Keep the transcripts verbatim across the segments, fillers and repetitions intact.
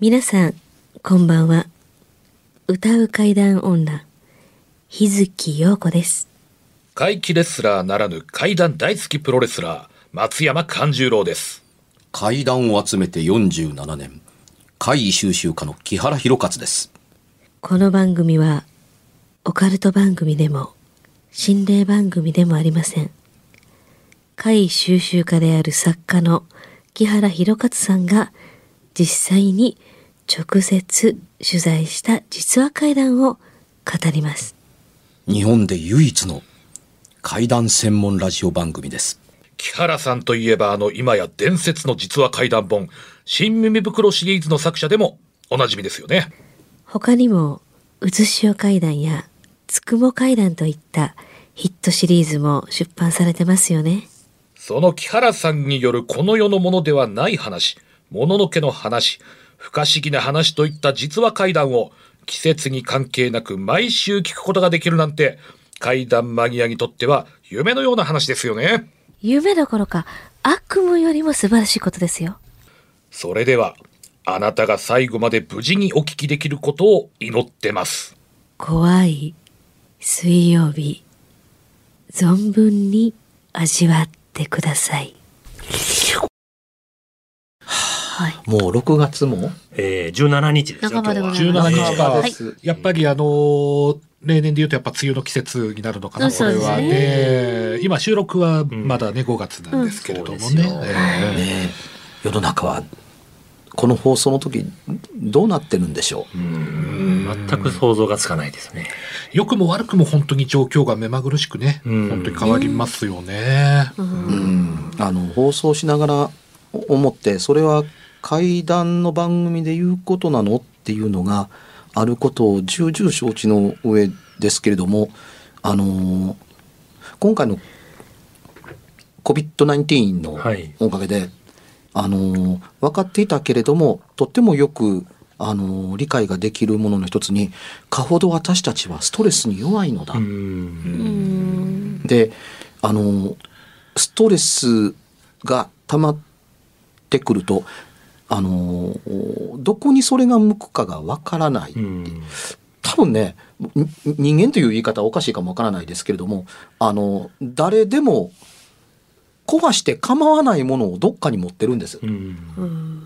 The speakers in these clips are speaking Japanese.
皆さんこんばんは。歌う怪談女日月陽子です。 怪奇レスラーならぬ怪談大好きプロレスラー松山勘十郎です。 怪談を集めてよんじゅうななねん、怪異収集家の木原博勝です。 この番組はオカルト番組でも心霊番組でもありません。怪異収集家である作家の木原博勝さんが実際に直接取材した実話怪談を語ります。 日本で唯一の怪談専門ラジオ番組です。 木原さんといえばあの今や伝説の実話怪談本新耳袋シリーズの作者でもおなじみですよね。 他にもうずしお怪談やつくも怪談といったヒットシリーズも出版されてますよね。 その木原さんによるこの世のものではない話、もののけの話、不可思議な話といった実話怪談を季節に関係なく毎週聞くことができるなんて怪談マニアにとっては夢のような話ですよね。 夢どころか悪夢よりも素晴らしいことですよ。 それではあなたが最後まで無事にお聞きできることを祈ってます。 怖い水曜日、存分に味わってください。 はい、もうろくがつも、 えー、じゅうしちにちですよ。 半ばでございます。 じゅうしちにちか、 はい、 やっぱりあのー、例年で言うとやっぱ梅雨の季節になるのかな、これはね。今収録はまだね、うん、ごがつなんですけれどもね。うん、えー、 ね世の中はこの放送の時どうなってるんでしょう。 うーん、全く想像がつかないですね。 良くも悪くも本当に状況が目まぐるしくね、本当に変わりますよね。 うん、あの放送しながら思って、それは怪談の番組で言うことなのっていうのがあることを重々承知の上ですけれども、あのー、今回の コビッドナインティーン のおかげで、はい、あのー、分かっていたけれどもとってもよく、あのー、理解ができるものの一つに、かほど私たちはストレスに弱いのだ。うーんで、あのー、ストレスが溜まってくると、あのー、どこにそれが向くかがわからない。多分ね、人間という言い方はおかしいかもわからないですけれども、あの誰でも壊して構わないものをどっかに持ってるんです。うん、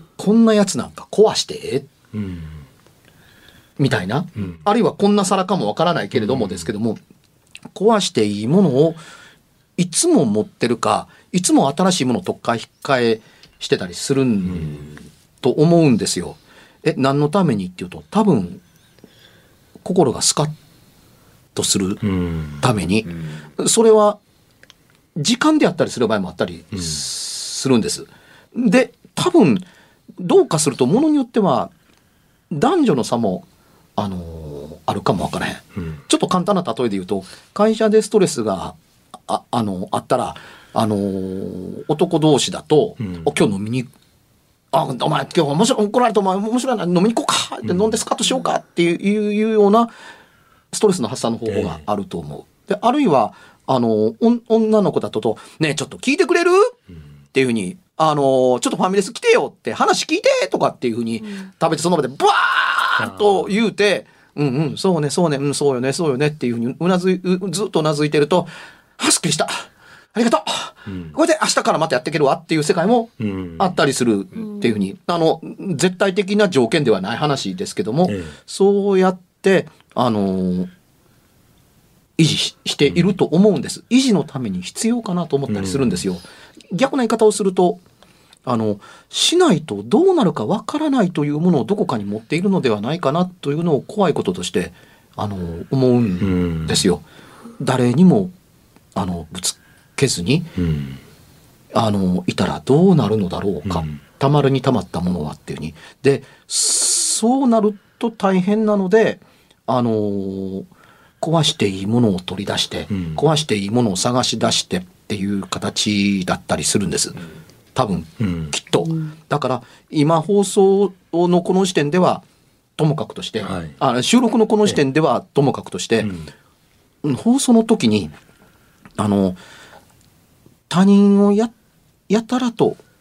こんなやつなんか壊して、うん、みたいな、うん、あるいはこんな皿かもわからないけれどもですけども、壊していいものをいつも持ってるか、いつも新しいものを取っ換え引っ換えしてたりするんと思うんですよ。え、何のためにっていうと、多分心がスカッとするために、それは時間であったりする場合もあったりするんです。で、多分どうかするとものによっては男女の差もあのー、あるかもわからへん、うん、ちょっと簡単な例えで言うと、会社でストレスが あ, あ, のあったら、あのー、男同士だと、うん、お今日飲みにあお前今日面白い怒られてお前面白いな飲みに行こうかって、飲んでスカッとしようかっていう、いう、いうようなストレスの発散の方法があると思う。で、あるいはあの女の子だととねえちょっと聞いてくれる、うん、っていうふうに、あのちょっとファミレス来てよって話聞いてとかっていうふうに、うん、食べてその場でバーッと言うて、うんうんそうねそうねうんそうよねそうよねっていうふうにうなずうずっとうなずいてると、はすっきりしたありがとう、うん、これで明日からまたやっていけるわっていう世界もあったりするっていうふうに、あの絶対的な条件ではない話ですけども、ええ、そうやってあのー、維持 し, していると思うんです。維持のために必要かなと思ったりするんですよ。うん、逆な言い方をすると、あのしないとどうなるかわからないというものをどこかに持っているのではないかなというのを怖いこととしてあの思うんですよ。うん、誰にもあのぶつけずに、うん、あのいたらどうなるのだろうか、うん、たまるにたまったものはっていうにで、そうなると大変なので、あの壊していいものを取り出して、うん、壊していいものを探し出してっていう形だったりするんです。多分、うん、きっと。だから今放送のこの時点ではともかくとして、はい、あ収録のこの時点ではともかくとして、うん、放送の時にあの他人を や, やたらと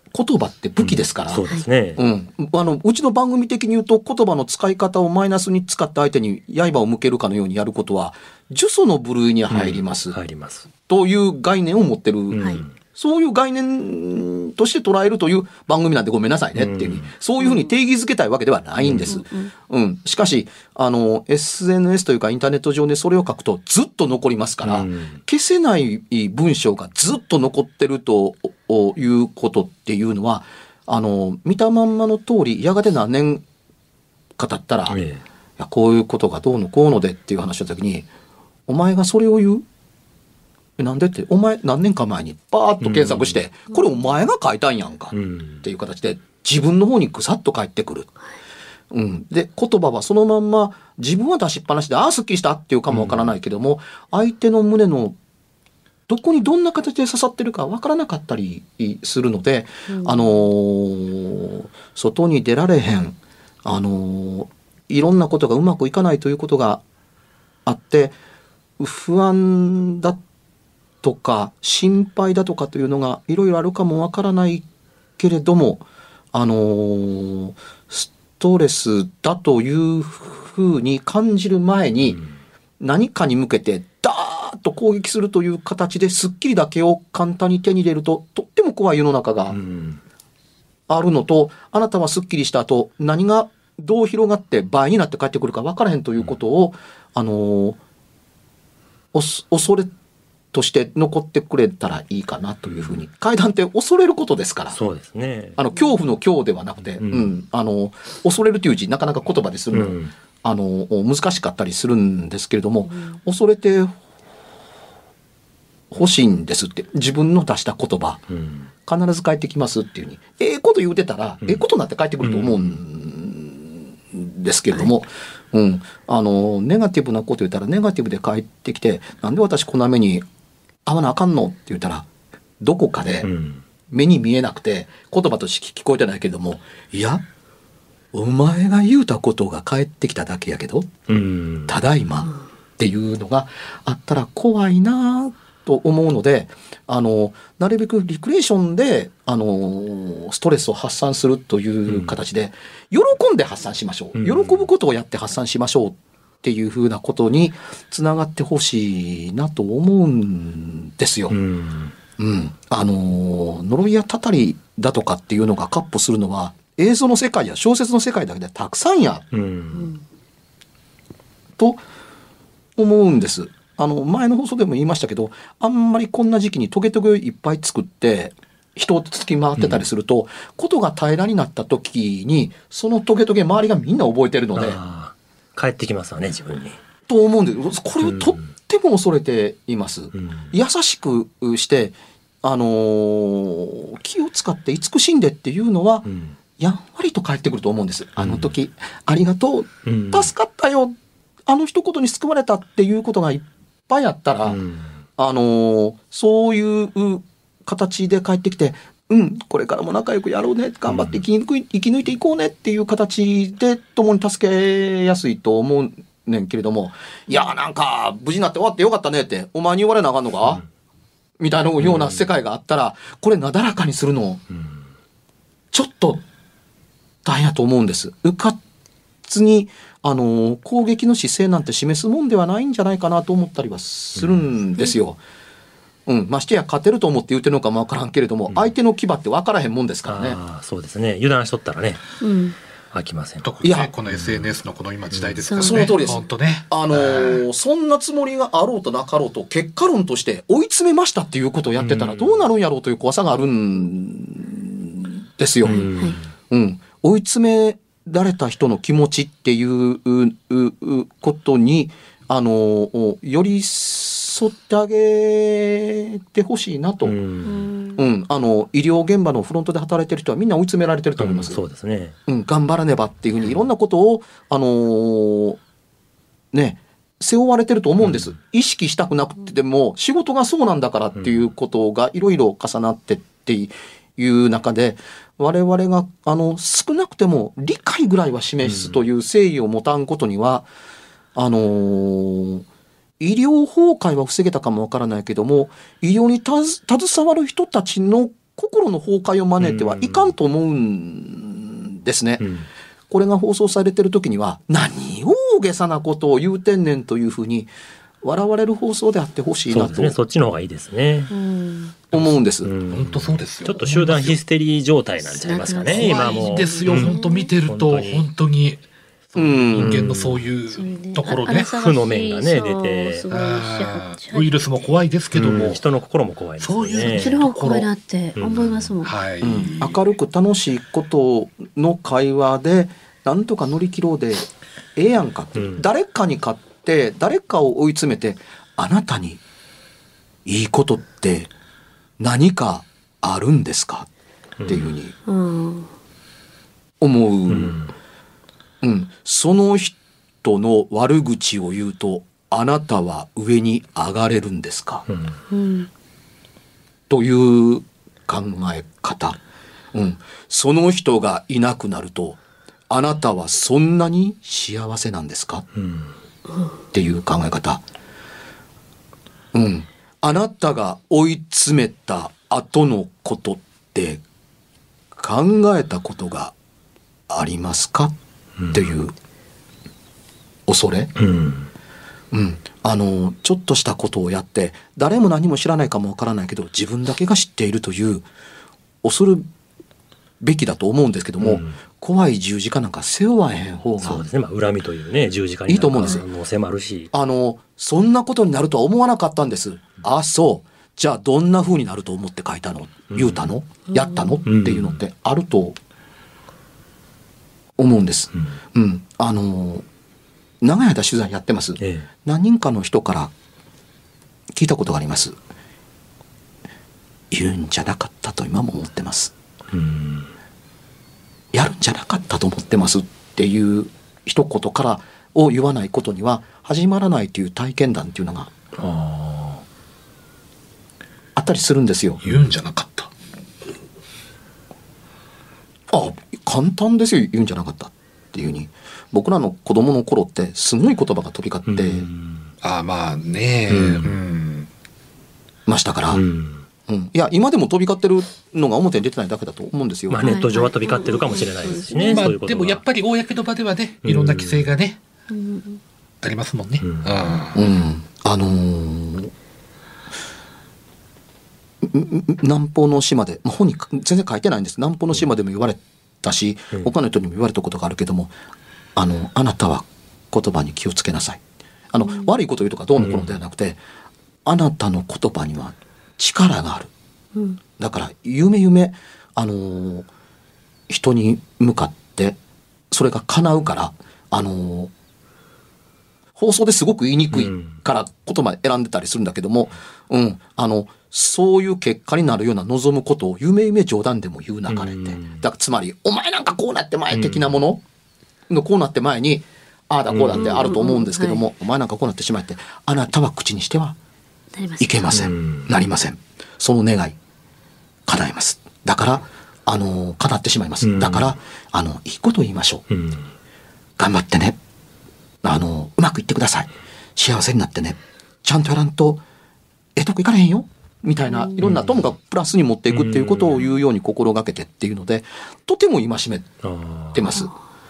言葉って武器ですから、 そうですね。 うん、あのうちの番組的に言うと言葉の使い方をマイナスに使って相手に刃を向けるかのようにやることは呪詛の部類に入ります、 うん入ります。 という概念を持ってる、 はいそういう概念として捉えるという番組なんでごめんなさいねっていうふうに、 うんそういうふうに定義づけたいわけではないんです、 うんうん、しかしあの エスエヌエス というかインターネット上でそれを書くとずっと残りますから、 うん消せない文章がずっと残ってるということっていうのはあの見たまんまの通りやがて何年か経ったら、 ええいやこういうことがどうのこうのでっていう話した時にお前がそれを言うえなんでってお前何年か前にバーッと検索して、 うんこれお前が書いたんやんか、 うんっていう形で自分の方にぐさっと返ってくる、うん、で言葉はそのまんま自分は出しっぱなしでああすっきりしたっていうかもわからないけども、うん、相手の胸のどこにどんな形で刺さってるかわからなかったりするので、うん、あのー、外に出られへん、あのー、いろんなことがうまくいかないということがあって不安だとか心配だとかというのがいろいろあるかもわからないけれども、あのー、ストレスだというふうに感じる前に何かに向けてダーッと攻撃するという形でスッキリだけを簡単に手に入れるととっても怖い世の中があるのと、あなたはスッキリした後何がどう広がって倍になって帰ってくるか分からへんということを、あのー、お恐れとして残ってくれたらいいかなというふうに。怪談って恐れることですから。 そうですね。 あの恐怖の恐ではなくて、うんうん、あの恐れるという字なかなか言葉でするの、うん、あの難しかったりするんですけれども、うん、恐れて欲しいんですって自分の出した言葉、うん、必ず返ってきますっていうふうにええこと言うてたら、うん、ええことになって返ってくると思うんですけれども、うんうん、あのネガティブなこと言ったらネガティブで返ってきてなんで私こんな目に会わなあかんのって言ったらどこかで目に見えなくて言葉として聞こえてないけれどもいやお前が言うたことが返ってきただけやけど、うん、ただいまっていうのがあったら怖いなと思うのであのなるべくリクレーションであのストレスを発散するという形で、うん、喜んで発散しましょう、うん、喜ぶことをやって発散しましょうっていうふうなことにつながってほしいなと思うんですよ。うんうん、あの呪いやたたりだとかっていうのがカップするのは映像の世界や小説の世界だけでたくさんや、うん、と思うんです。あの前の放送でも言いましたけどあんまりこんな時期にトゲトゲをいっぱい作って人をつき回ってたりすると、うん、ことが平らになった時にそのトゲトゲ周りがみんな覚えてるので帰ってきますわね自分に。 と思うんですこれをとっても恐れています。うん、優しくして、あのー、気を使って慈しんでっていうのは、うん、やんわりと返ってくると思うんです。あの時、うん、ありがとう、うん、助かったよあの一言に救われたっていうことがいっぱいあったら、うん、あのー、そういう形で帰ってきてうんこれからも仲良くやろうね頑張って生き抜く、うん、生き抜いていこうねっていう形で共に助けやすいと思うねんけれどもいやなんか無事になって終わってよかったねってお前に言われなあかんのか、うん、みたいなような世界があったらこれなだらかにするの、うん、ちょっと大変だと思うんです。うかつにあの攻撃の姿勢なんて示すもんではないんじゃないかなと思ったりはするんですよ、うんうん、ましてや勝てると思って言ってるのかもわからんけれども、うん、相手の牙って分からへんもんですからね。 あそうですね油断しとったらね、うん飽きません。 特にねこの エスエヌエス のこの今時代ですからね、 うん、その通りです。 本当ね、 あのー、そんなつもりがあろうとなかろうと結果論として追い詰めましたっていうことをやってたらどうなるんやろうという怖さがあるんですよ、うんうん、追い詰められた人の気持ちっていうことにあのー、寄り添ってあげてほしいなと、うんうん、あの医療現場のフロントで働いてる人はみんな追い詰められてると思います、 うん、そうですね、 うん、頑張らねばっていうふうにいろんなことを、あのー、ね背負われてると思うんです、うん、意識したくなくても仕事がそうなんだからっていうことがいろいろ重なってっていう中で我々があの少なくても理解ぐらいは示すという誠意を持たんことには、うん、あのー医療崩壊は防げたかもわからないけども医療にたず携わる人たちの心の崩壊を招いてはいかんと思うんですね。うん、これが放送されてる時には何を大げさなことを言うてんねんというふうに笑われる放送であってほしいなと。 そうですね、そっちの方がいいですね。 思うんです。 本当そうですよ。 ちょっと集団ヒステリー状態なんちゃいますかね。今も怖いですよ。本当見てると本当に。人間のそういうところで負の面がね出て、 ウイルスも怖いですけども、 うん、人の心も怖いですね。 そういうそれは怖いなって思いますもん。 うんはいうん、明るく楽しいことの会話でなんとか乗り切ろうでええやんかって、うん、誰かに勝って誰かを追い詰めてあなたにいいことって何かあるんですかっていうふうに思う。うんうんうん、その人の悪口を言うとあなたは上に上がれるんですか、うん、という考え方、うん、その人がいなくなるとあなたはそんなに幸せなんですか、うん、っていう考え方、うん、あなたが追い詰めた後のことって考えたことがありますかっていう恐れ、うんうん、あのちょっとしたことをやって誰も何も知らないかもわからないけど自分だけが知っているという恐るべきだと思うんですけども、うん、怖い十字架なんか背負わへん方がそうですね、まあ、恨みというね十字架にいいと思うんですよ。 迫るしあのそんなことになるとは思わなかったんです、うん、あそうじゃあどんな風になると思って書いたの、うん、言うたの、うん、やったの、うん、っていうのってあると思うんです、うんうん、あの長い間取材やってます、ええ、何人かの人から聞いたことがあります。言うんじゃなかったと今も思ってます、うん、やるんじゃなかったと思ってますっていう一言からを言わないことには始まらないという体験談っていうのが あ, あったりするんですよ。 言うんじゃなかった、 あ簡単ですよ言うんじゃなかったっていうふうに。僕らの子供の頃ってすごい言葉が飛び交ってあまあね、うん、 ましたから、うんうん、いや今でも飛び交ってるのが表に出てないだけだと思うんですよ、 まあ、ネット上は飛び交ってるかもしれないですしね、 まあ、でもやっぱり公の場ではねいろんな規制がね、うん、ありますもんね、うんあ, うん、 あのー、南方の島で、まあ、本に全然書いてないんです。南方の島でも言われたし、うん、他の人にも言われたことがあるけどもあのあなたは言葉に気をつけなさい。あの、うん、悪いこと言うとかどうのこうのではなくて、うん、あなたの言葉には力がある、うん、だから夢夢あのー、人に向かってそれが叶うからあのー、放送ですごく言いにくいから言葉選んでたりするんだけども、うん、あのそういう結果になるような望むことを夢夢冗談でも言うなかれて、うん、だからつまりお前なんかこうなって前的なもの、うんのこうなって前にああだこうだってあると思うんですけども、うんうんうんはい、お前なんかこうなってしまってあなたは口にしてはいけません、うん、なりません。その願い叶えます。だからあの叶ってしまいます、うん、だからあのいいことを言いましょう、うん、頑張ってねあのうまくいってください幸せになってねちゃんとやらんとええとこいかれへんよみたいないろんなともかくプラスに持っていくっていうことを言うように心がけてっていうのでとても戒めてます。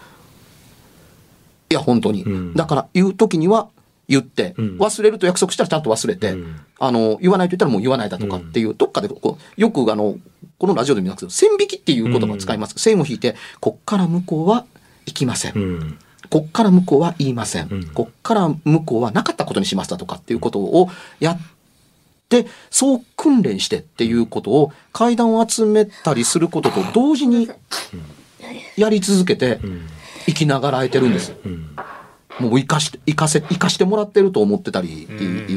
いや本当に、うん、だから言う時には言って、うん、忘れると約束したらちゃんと忘れて、うん、あの言わないと言ったらもう言わないだとかっていう、うん、どっかでこうよくあのこのラジオで見ますけど線引きっていう言葉を使います、うん、線を引いてこっから向こうは行きません、うん、こっから向こうは言いません、うん、こっから向こうはなかったことにしましたとかっていうことをやってそう訓練してっていうことを階段を集めたりすることと同時にやり続けて、うん生きながらえてるんです、うん、もう生かして生かせ生かしてもらってると思ってたり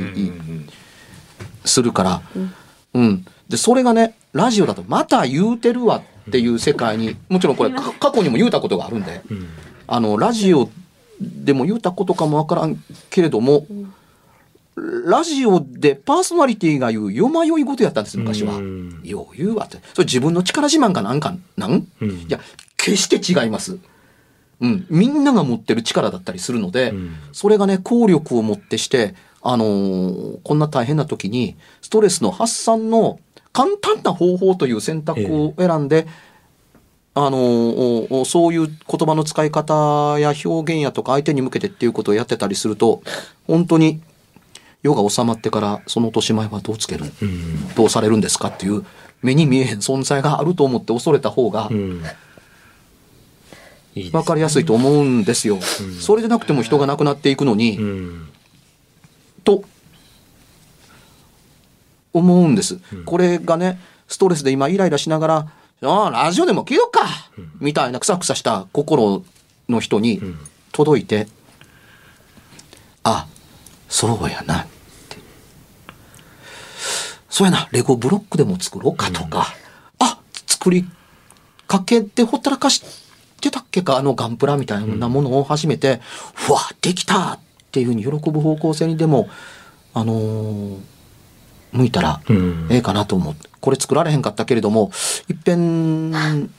するから、うん、うん、でそれがねラジオだとまた言うてるわっていう世界にもちろんこれ過去にも言うたことがあるんで、うん、あのラジオでも言うたことかもわからんけれども、うん、ラジオでパーソナリティが言うよまよいことやったんです昔は、うん、よう言うわってそれ自分の力自慢かなんかなん、うん、いや決して違いますうん、みんなが持ってる力だったりするので、うん、それがね効力をもってして、あのー、こんな大変な時にストレスの発散の簡単な方法という選択を選んで、えあのそういう言葉の使い方や表現やとか相手に向けてっていうことをやってたりすると、本当に世が収まってからその年前はどうつける、うん、どうされるんですかっていう目に見えへん存在があると思って恐れた方が、うんいいですね、分かりやすいと思うんですよ、うん、それでなくても人が亡くなっていくのに、うん、と思うんです、うん、これがねストレスで今イライラしながらああラジオでも聞いとくか、うん、みたいなクサクサした心の人に届いて、うん、あそうやなってそうやなレゴブロックでも作ろうかとか、うん、あ作りかけてほったらかしてたっけかあのガンプラみたいなものを始めて、うん、うわできたっていうふうに喜ぶ方向性にでもあのー、向いたらええかなと思って、これ作られへんかったけれどもいっぺん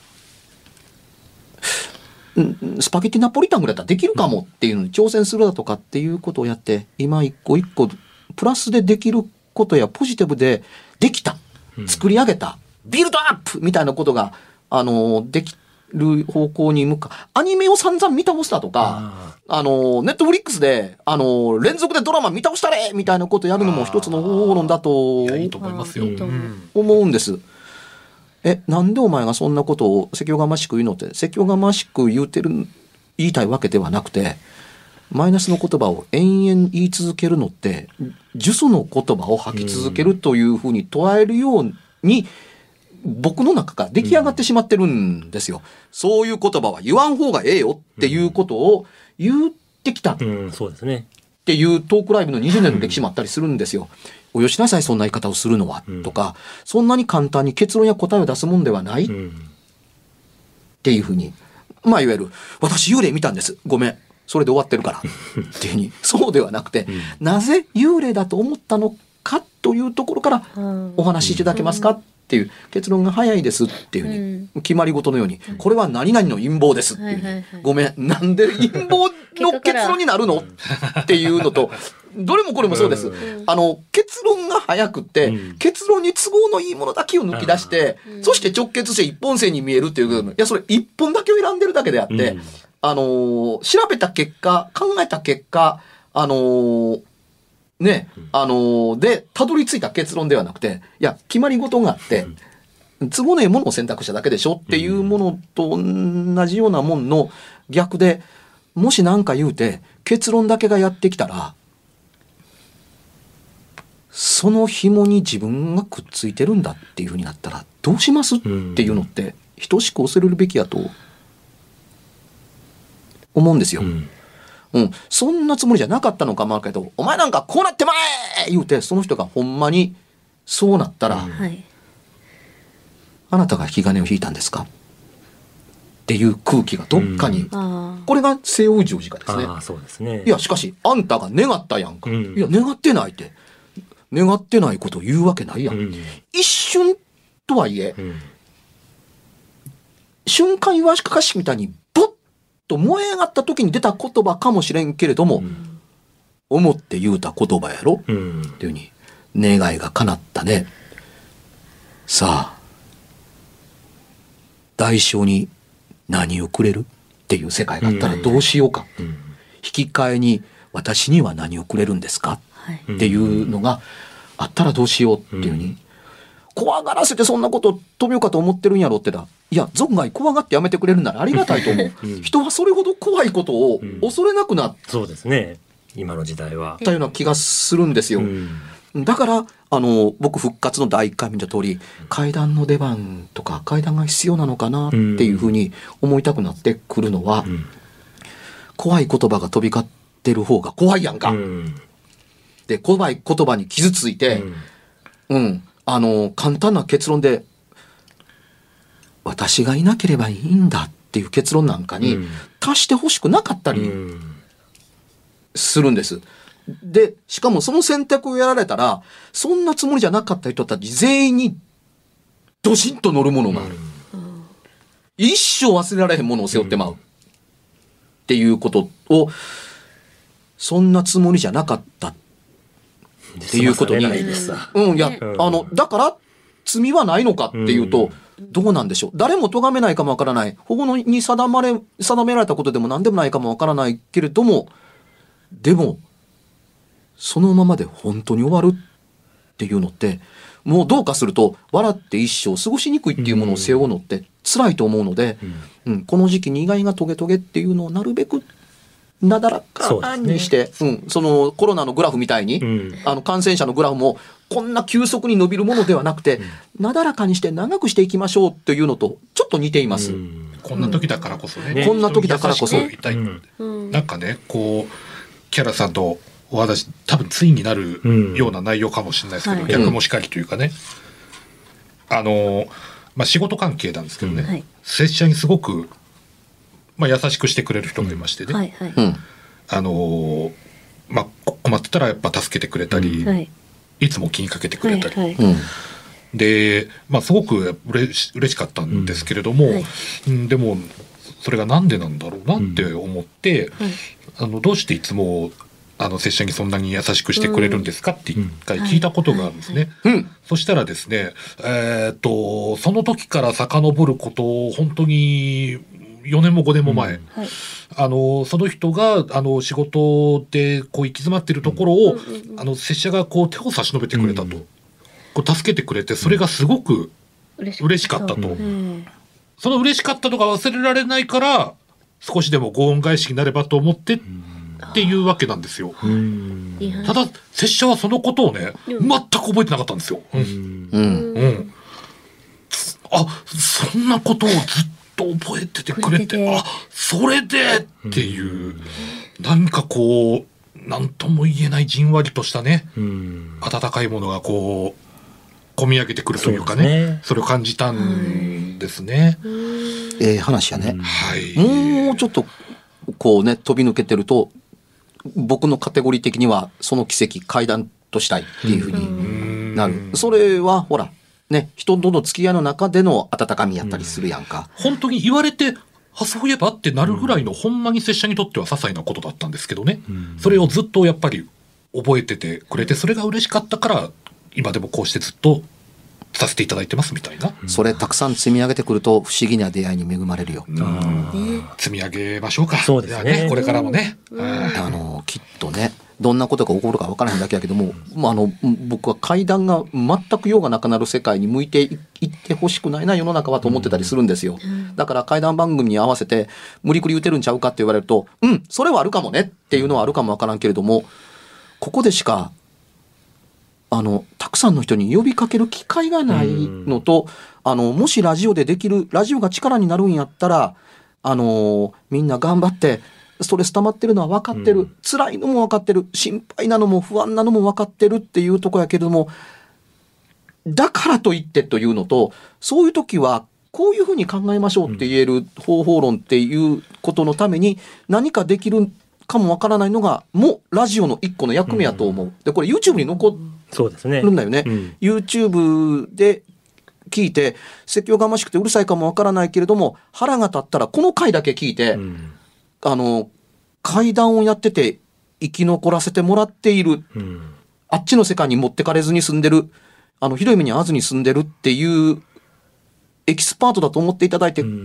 スパゲティナポリタンぐらいだったらできるかもっていうのに挑戦するだとかっていうことをやって、今一個一個プラスでできることやポジティブでできた作り上げたビルドアップみたいなことがあのできる方向に向か、アニメを散々見倒したとか、あのネットフリックスであの連続でドラマ見倒したれみたいなことやるのも一つの方法論だといいと思いますよ、 思うんです。えなんでお前がそんなことを説教がましく言うのって、説教がましく言うてる言いたいわけではなくて、マイナスの言葉を延々言い続けるのって呪詛の言葉を吐き続けるというふうに捉えるように僕の中から出来上がってしまってるんですよ、うん、そういう言葉は言わん方がええよっていうことを言ってきたっていうトークライブのにじゅうねんの歴史もあったりするんですよ。およしなさいそんな言い方をするのは、うん、とかそんなに簡単に結論や答えを出すもんではない、うん、っていうふうに、まあいわゆる私幽霊見たんですごめんそれで終わってるからっていうふうにそうではなくて、うん、なぜ幽霊だと思ったのかというところからお話しいただけますか、うんっていう結論が早いですっていうふうに、うん、決まり事のように、うん、これは何々の陰謀ですっていう、はいはいはい、ごめんなんで陰謀の結論になるのっていうのとどれもこれもそうです、うん、あの結論が早くって、うん、結論に都合のいいものだけを抜き出して、うん、そして直結して一本線に見えるっていう、うん、いやそれ一本だけを選んでるだけであって、うん、あのー、調べた結果考えた結果あのーね、あのー、でたどり着いた結論ではなくて、いや決まり事があって、うん、都合のいいものを選択しただけでしょっていうものと同じようなもんの逆で、もし何か言うて結論だけがやってきたらその紐に自分がくっついてるんだっていうふうになったらどうしますっていうのって等しく恐れるべきやと思うんですよ、うんうん、そんなつもりじゃなかったのかもあるけど、お前なんかこうなってまえ言うてその人がほんまにそうなったら、うん、あなたが引き金を引いたんですかっていう空気がどっかに、うん、これが西欧十字架ですね。 あ、そうですね。 いやしかしあんたが願ったやんか、うん、いや願ってないって願ってないことを言うわけないやん、うん、一瞬とはいえ、うん、瞬間岩しかしみたいにボッと燃え上がった時に出た言葉かもしれんけれども、うん、思って言うた言葉やろ、うん、っていうふうに願いが叶ったね。さあ代償に何をくれるっていう世界があったらどうしようか、うん、引き換えに私には何をくれるんですか、はい、っていうのがあったらどうしようっていうふうに、うん、怖がらせてそんなこと飛びようかと思ってるんやろってだ、いや存外怖がってやめてくれるならありがたいと思う、うん、人はそれほど怖いことを恐れなくなった、 うん、そうですね今の時代はたような気がするんですよ、うん、だからあの僕復活のだいいっかい見た通り、うん、階段の出番とか階段が必要なのかなっていうふうに思いたくなってくるのは、うん、怖い言葉が飛び交ってる方が怖いやんか、うん、で怖い言葉に傷ついて、うん、うん、あの簡単な結論で私がいなければいいんだっていう結論なんかに達してほしくなかったりするんです。でしかもその選択をやられたらそんなつもりじゃなかった人たち全員にドシンと乗るものがある、うん、一生忘れられへんものを背負ってまう、うん、っていうことをそんなつもりじゃなかったっていうことに、うん、いや、あのだからっ罪はないのかっていうと、どうなんでしょう。誰も咎めないかもわからない。保護に定まれ、定められたことでも何でもないかもわからないけれども、でも、そのままで本当に終わるっていうのって、もうどうかすると、笑って一生過ごしにくいっていうものを背負うのって辛いと思うので、うんうん、この時期に意外がトゲトゲっていうのをなるべくなだらかにして、そ,、ねうん、そのコロナのグラフみたいに、うん、あの感染者のグラフもこんな急速に伸びるものではなくて、うん、なだらかにして長くしていきましょうというのとちょっと似ています。うん、 こんな時だからこそね。 ねこんな時だからこそ。 ね、うん、なんかね、こうキャラさんとお話多分ついになるような内容かもしれないですけど、うん、逆もしかりというかね、あのまあ仕事関係なんですけどね、はい、拙者にすごくまあ優しくしてくれる人がいましてね、うんはいはい、あのまあ困ってたらやっぱ助けてくれたり、うん、いつも気にかけてくれたり、はいはい、でまあすごくうれし嬉しかったんですけれども、うんはい、でもそれがなんでなんだろうなって思って、うんはい、あのどうしていつもあの拙者にそんなに優しくしてくれるんですかって一回聞いたことがあるんですね、うんはいはい、そしたらですね、えー、っとその時から遡ることを本当によねんもごねんも前、うんはい、あのその人があの仕事でこう行き詰まっているところを、うん、あの拙者がこう手を差し伸べてくれたと、うん、こう助けてくれてそれがすごく嬉しかったと、うん、その嬉しかったのが忘れられないから少しでもご恩返しになればと思ってっていうわけなんですよ。うんただ拙者はそのことをね、うん、全く覚えてなかったんですよ。うんうんうん、あそんなことをずっと覚えててくれて、あそれでっていう、なんかこう何とも言えないじんわりとしたね、温かいものがこう込み上げてくるというか ね, そ, ねそれを感じたんですね。 ええ話やね、 はい、 もうちょっとこうね飛び抜けてると僕のカテゴリー的にはその奇跡怪談としたいっていうふうになる。それはほらね人との付き合いの中での温かみやったりするやんか。 本当に言われてあそういえばってなるぐらいの、うん、ほんまに拙者にとっては些細なことだったんですけどね、うん、それをずっとやっぱり覚えててくれてそれが嬉しかったから今でもこうしてずっとさせていただいてますみたいな、 うん、それたくさん積み上げてくると不思議な出会いに恵まれるよ。 うん、積み上げましょうか。 そうですね、 ねこれからもね、 うん、あのきっとねどんなことが起こるか分からへんだけやけども、まあ、あの僕は怪談が全く用がなくなる世界に向いていってほしくないな世の中はと思ってたりするんですよ、うん、だから怪談番組に合わせて無理くり打てるんちゃうかって言われるとうんそれはあるかもねっていうのはあるかも分からんけれどもここでしかあのたくさんの人に呼びかける機会がないのと、うん、あのもしラジオでできるラジオが力になるんやったらあのみんな頑張ってストレス溜まってるのは分かってる、うん、辛いのも分かってる心配なのも不安なのも分かってるっていうところやけれどもだからといってというのとそういう時はこういうふうに考えましょうって言える方法論っていうことのために何かできるかも分からないのがもうラジオの一個の役目やと思う。でこれ YouTube に残るんだよね、うん、YouTube で聞いて説教がましくてうるさいかも分からないけれども腹が立ったらこの回だけ聞いて、うん、あの怪談をやってて生き残らせてもらっている、うん、あっちの世界に持ってかれずに住んでるあのひどい目に遭わずに住んでるっていうエキスパートだと思っていただいて、うん、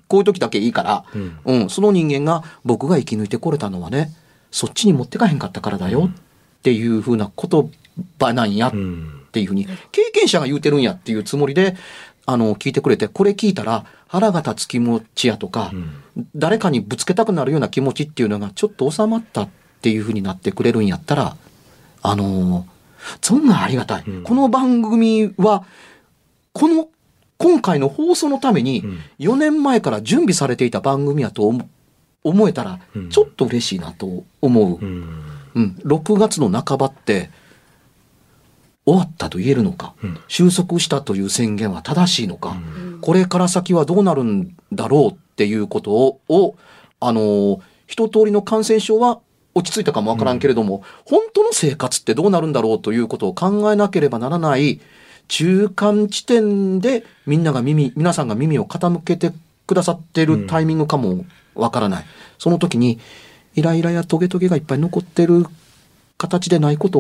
こういう時だけいいから、うんうん、その人間が僕が生き抜いてこれたのはねそっちに持ってかへんかったからだよっていう風な言葉なんやっていう風に経験者が言うてるんやっていうつもりであの聞いてくれてこれ聞いたら腹が立つ気持ちやとか、うん、誰かにぶつけたくなるような気持ちっていうのがちょっと収まったっていう風になってくれるんやったらあのそんなありがたい、うん、この番組はこの今回の放送のためによねんまえから準備されていた番組やと思えたらちょっと嬉しいなと思う、うんうん、ろくがつの半ばって終わったと言えるのか、うん、収束したという宣言は正しいのか、うん、これから先はどうなるんだろうっていうことを、をあの一通りの感染症は落ち着いたかもわからんけれども、うん、本当の生活ってどうなるんだろうということを考えなければならない中間地点でみんなが耳皆さんが耳を傾けてくださっているタイミングかもわからない、うん、その時にイライラやトゲトゲがいっぱい残ってる形でないことを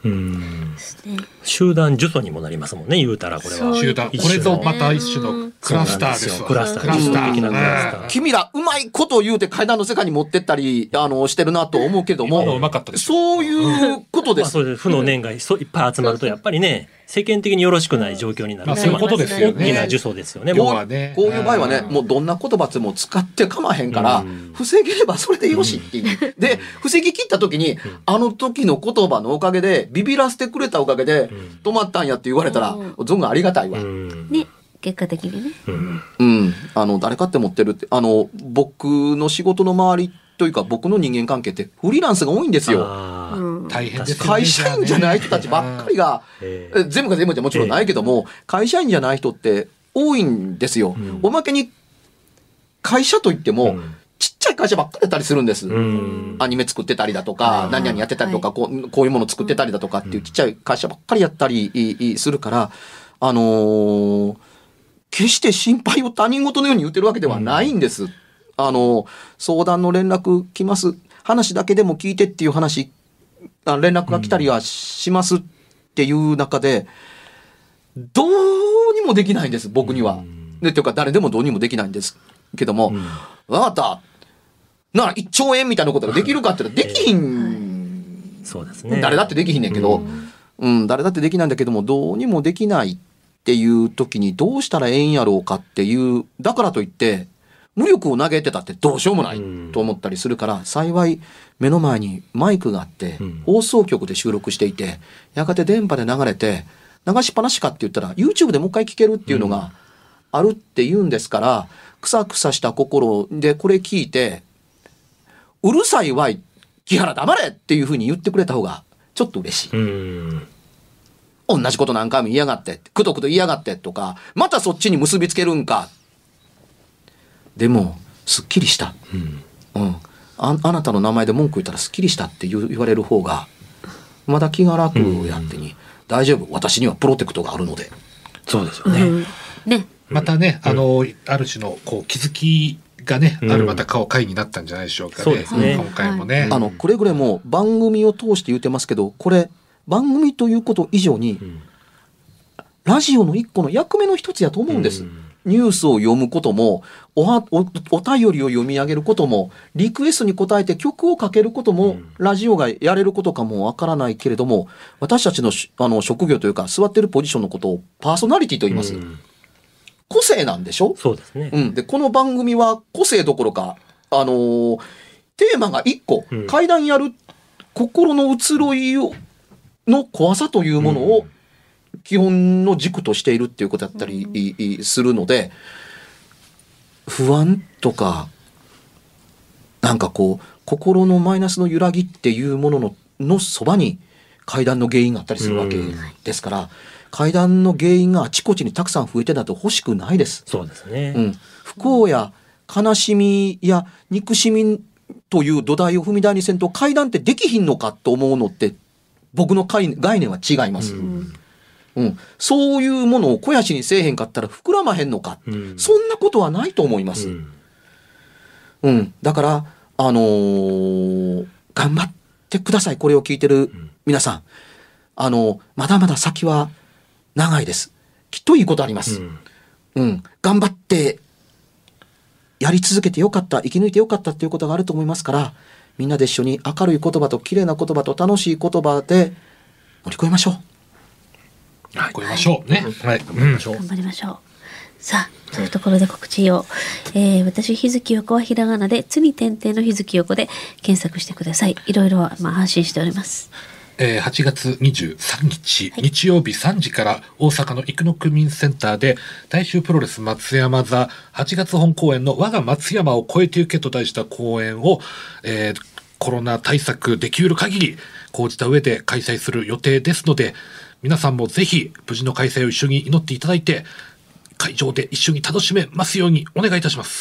うんですね。 集団呪詛にもなりますもんね、言うたらこれは。 そう集団、これぞまた一種のクラスターですわ。 クラスター、 クラスター的なクラスター。 君らうまいことを言うて階段の世界に持ってったりあのしてるなと思うけど今のうも、 まかったです。 そういうことでまあ、 す。 そうです。負の念がいっぱい集まるとやっぱりね、世間的によろしくない状況になる。 まあそういうことですよね大きな呪詛ですよね。 要もうはねこういう場合はね、もうどんな言葉でも使ってかまへんから、防げればそれでよしっていう。で、防ぎ切った時に、あの時の言葉のおかげで、ビビらせてくれたおかげで、止まったんやって言われたら、存分ありがたいわ。 うんね、結果的にね。 うんうん。あの、誰かって持ってるって、あの、僕の仕事の周りというか、僕の人間関係ってフリーランスが多いんですよ。 あーうん。 大変ですよね。 会社員じゃない人たちばっかりが、 ええ全部が全部じゃもちろんないけども、会社員じゃない人って多いんですよ。 んおまけに、会社といっても、 うんちっちゃい会社ばっかりだったりするんです。 うんアニメ作ってたりだとか、何々やってたりとか、こうこういうもの作ってたりだとかっていうちっちゃい会社ばっかりやったりいいするから、あのー決して心配を他人事のように言ってるわけではないんです。あのー相談の連絡来ます。話だけでも聞いてっていう話、あ連絡が来たりはしますっていう中で、どうにもできないんです、僕には。で、というか誰でもどうにもできないんですけども、わかった。ならいっちょうえんみたいなことができるかって言ったらできひん。 そうですね。 誰だってできひんねんけど、うん、誰だってできないんだけども、どうにもできないっていう時にどうしたらええんやろうかっていう、だからといって、無力を投げてたってどうしようもないと思ったりするから、幸い目の前にマイクがあってうん、 放送局で収録していて、やがて電波で流れて、流しっぱなしかって言ったら、YouTube でもう一回聞けるっていうのがあるって言うんですから、くさくさした心でこれ聞いて、うるさいわい、木原黙れっていうふうに言ってくれた方がちょっと嬉しい。 うん同じこと何回も言いやがって、くどくど言いやがってとか、またそっちに結びつけるんか。でも、すっきりした。 うんうん。あ、あなたの名前で文句言ったらすっきりしたって言う言われる方が、まだ気が楽やってに、大丈夫。私にはプロテクトがあるので。 そうですよね。 うん。ね。 またね、あの、ある種のこう気づきがね、 うんあるまた顔会になったんじゃないでしょうかね。 そうですね今回もね。 あの、くれぐれも番組を通して言ってますけど、これ、番組ということ以上に、 んラジオの一個の役目の一つやと思うんです。 うんニュースを読むこともおはお、お便りを読み上げることも、リクエストに応えて曲をかけることも、 うんラジオがやれることかもわからないけれども、私たちのしあの職業というか、座ってるポジションのことをパーソナリティと言います。 うん個性なんでしょ？ そうですね。 うん。で、この番組は個性どころか、あのーテーマが一個、 うん階段やる心の移ろいをの怖さというものを基本の軸としているっていうことだったりいいするので、不安とか、なんかこう、心のマイナスの揺らぎっていうものの、のそばに階段の原因があったりするわけですから、階段の原因があちこちにたくさん増えてだと欲しくないです。 そうですね。 うん、不幸や悲しみや憎しみという土台を踏み台にせんと階段ってできひんのかと思うのって僕の概概念は違います、うんうん、そういうものを肥やしにせえへんかったら膨らまへんのか、 うんそんなことはないと思います、 ううんんだからあのー頑張ってください。これを聞いてる皆さん、あのまだまだ先は長いです。きっといいことあります、 うんうん、頑張ってやり続けてよかった、生き抜いてよかったっていうことがあると思いますから、みんなで一緒に明るい言葉と綺麗な言葉と楽しい言葉で乗り越えましょう。 はい、超えましょうね。はい。うんしょう頑張りましょう。さあ、というところで告知を。えー、私、日月横はひらがなで、つに点々の日月横で検索してください。いろいろ、まあ、発信しております。 えー、はちがつにじゅうさんにち、日曜日さんじから大阪の生野区民センターで大衆プロレス松山座はちがつ本公演の我が松山を超えてゆけと題した公演を、えーコロナ対策できうる限り講じた上で開催する予定ですので、皆さんもぜひ無事の開催を一緒に祈っていただいて、会場で一緒に楽しめますようにお願いいたします。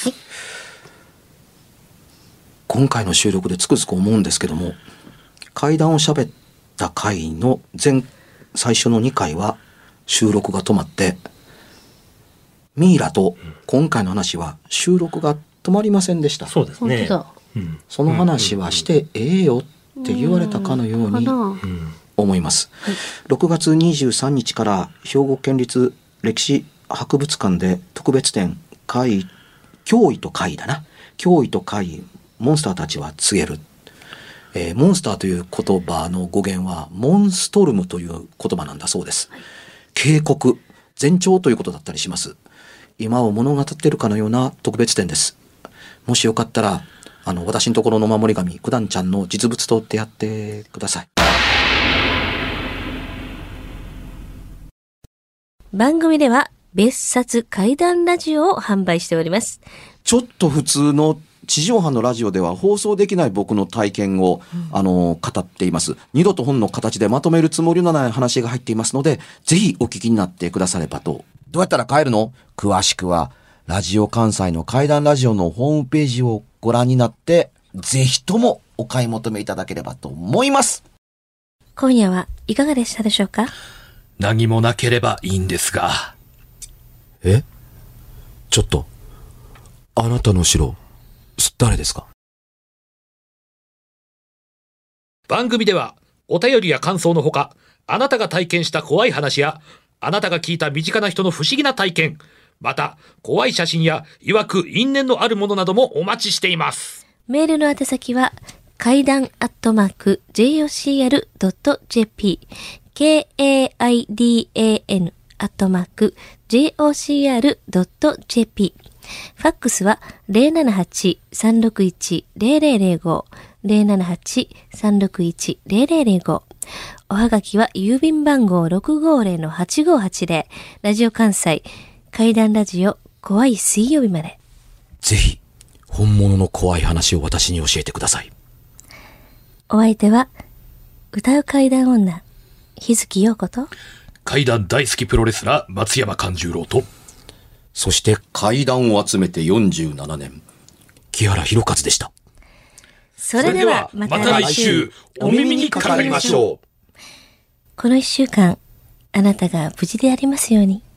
今回の収録でつくづく思うんですけども、怪談を喋った回の前最初のにかいは収録が止まって、ミイラと今回の話は収録が止まりませんでした。 そうですね。 本当だ。 うんその話はしてええよって言われたかのように、 かな。 うん思います。 はい、 ろくがつにじゅうさんにちから兵庫県立歴史博物館で特別展怪脅威と怪異だな脅威と怪異モンスターたちは告げる、えー、モンスターという言葉の語源はモンストルムという言葉なんだそうです。はい、警告前兆ということだったりします。今を物語っているかのような特別展です。もしよかったらあの私のところの守り神九段ちゃんの実物と出会ってください。 番組では別冊怪談ラジオを販売しております。 ちょっと普通の地上波のラジオでは放送できない僕の体験を、うん、あの語っています。二度と本の形でまとめるつもりのない話が入っていますので、ぜひお聞きになってくださればと。どうやったら帰るの？詳しくはラジオ関西の怪談ラジオのホームページをご覧になって、ぜひともお買い求めいただければと思います。 今夜はいかがでしたでしょうか？ 何もなければいいんですが。 え？ちょっと、あなたの城、誰ですか？ 番組ではお便りや感想のほか、あなたが体験した怖い話や、あなたが聞いた身近な人の不思議な体験、また怖い写真や曰く因縁のあるものなどもお待ちしています。 メールの宛先は怪談アットマーク ジェイオーシーアールドットジェーピー ケーエーアイディーエーエヌ アットマーク ジェイオーシーアールドットジェーピー。ファックスは ゼロななはち さんろくいち ゼロゼロゼロご ゼロななはち さんろくいち ゼロゼロゼロご。おはがきは郵便番号 ろくごーぜろのはちごーはちぜろ ラジオ関西怪談ラジオ怖い水曜日まで。 ぜひ本物の怖い話を私に教えてください。 お相手は歌う怪談女日月陽子と怪談大好きプロレスラー松山勘十郎と、 そして怪談を集めてよんじゅうななねん木原博一でした。 それではまた来週お耳にかかりましょう。 この一週間あなたが無事でありますように。